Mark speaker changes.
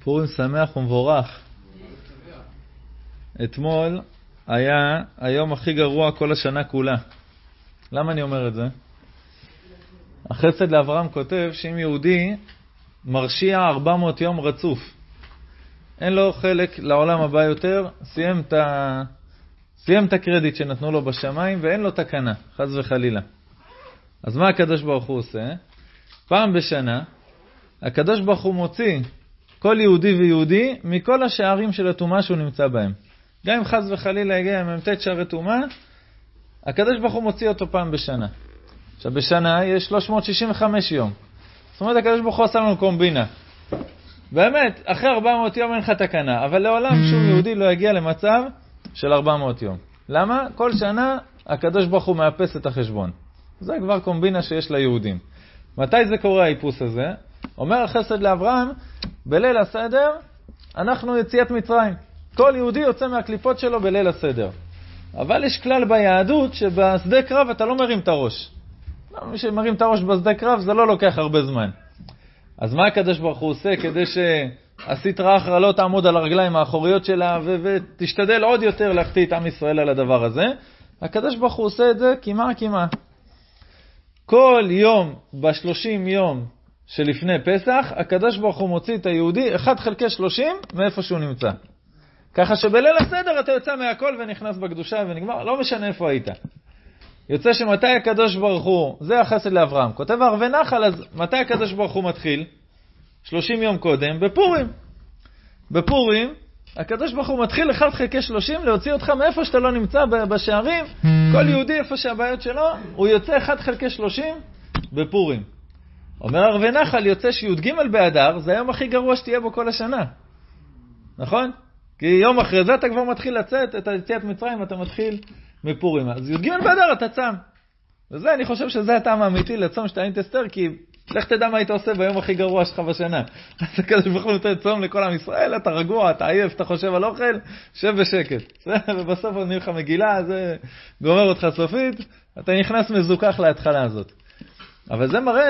Speaker 1: פורים שמח ומבורך. אתמול היה היום הכי גרוע כל השנה כולה. למה אני אומר את זה? החסד לאברהם כותב שאם יהודי מרשיע 400 יום רצוף, אין לו חלק לעולם הבא יותר, סיים את הקרדיט שנתנו לו בשמיים ואין לו תקנה, חס וחלילה. אז מה הקדוש ברוך הוא עושה? פעם בשנה הקדוש ברוך הוא מוציא כל יהודי ויהודי מכל השערים של הטומאה שהוא נמצא בהם. גם אם חס וחלילה הגיע ממתת שערי טומאה, הקדוש ברוך הוא מוציא אותו פעם בשנה. עכשיו בשנה יש 365 יום. זאת אומרת הקדוש ברוך הוא עשה לנו קומבינה. באמת, אחרי 400 יום אין לך תקנה, אבל לעולם שום יהודי לא יגיע למצב של 400 יום. למה? כל שנה הקדוש ברוך הוא מאפס את החשבון. זה כבר קומבינה שיש ליהודים. מתי זה קורה האיפוס הזה? אומר החסד לאברהם, בליל הסדר אנחנו יציאת מצרים. כל יהודי יוצא מהקליפות שלו בליל הסדר. אבל יש כלל ביהדות שבשדה קרב אתה לא מרים את הראש. מי שמרים את הראש בשדה קרב זה לא לוקח הרבה זמן. אז מה הקדוש ברוך הוא עושה כדי שהסטרא אחרא לא תעמוד על הרגליים האחוריות שלה ותשתדל עוד יותר להחטיא את עם ישראל על הדבר הזה? הקדוש ברוך הוא עושה את זה כמעט. כל יום ב-30 יום שלפני פסח, הקדוש ברוך הוא מוציא את היהודי 1/30 מאיפה שהוא נמצא. ככה שבליל הסדר אתה יוצא מהכל ונכנס בקדושה ונגמר, לא משנה איפה היית. יוצא שמתי הקדוש ברוך הוא, זה החסד לאברהם, כותב ערבי נחל, אז מתי הקדוש ברוך הוא מתחיל? 30 יום קודם, בפורים. בפורים, הקדוש ברוך הוא מתחיל 1/30 להוציא אותך מאיפה שאתה לא נמצא בשערים. כל יהודי איפה שהבעיות שלו, הוא יוצא 1/30 בפורים. אומר ערבי נחל, יוצא שי"ג באדר, זה היום הכי גרוע שתהיה בו כל השנה. נכון? כי יום אחרי זה אתה כבר מתחיל לצאת, את היציאת מצרים אתה מתחיל מפורים. אז י"ג באדר אתה צם. וזה, אני חושב שזה הטעם האמיתי לצום שאתה אינטסטר, כי לך תדע מה היית עושה ביום הכי גרוע שלך בשנה. אז הקדוש ברוך הוא נותן צום לכל עם ישראל, אתה רגוע, אתה עייף, אתה חושב על אוכל, שב בשקט. ובסוף עוד נראה לך מגילה, זה גומר אותך סופית, אתה נכנס מזוכח להתחלה הזאת. אבל זה מראה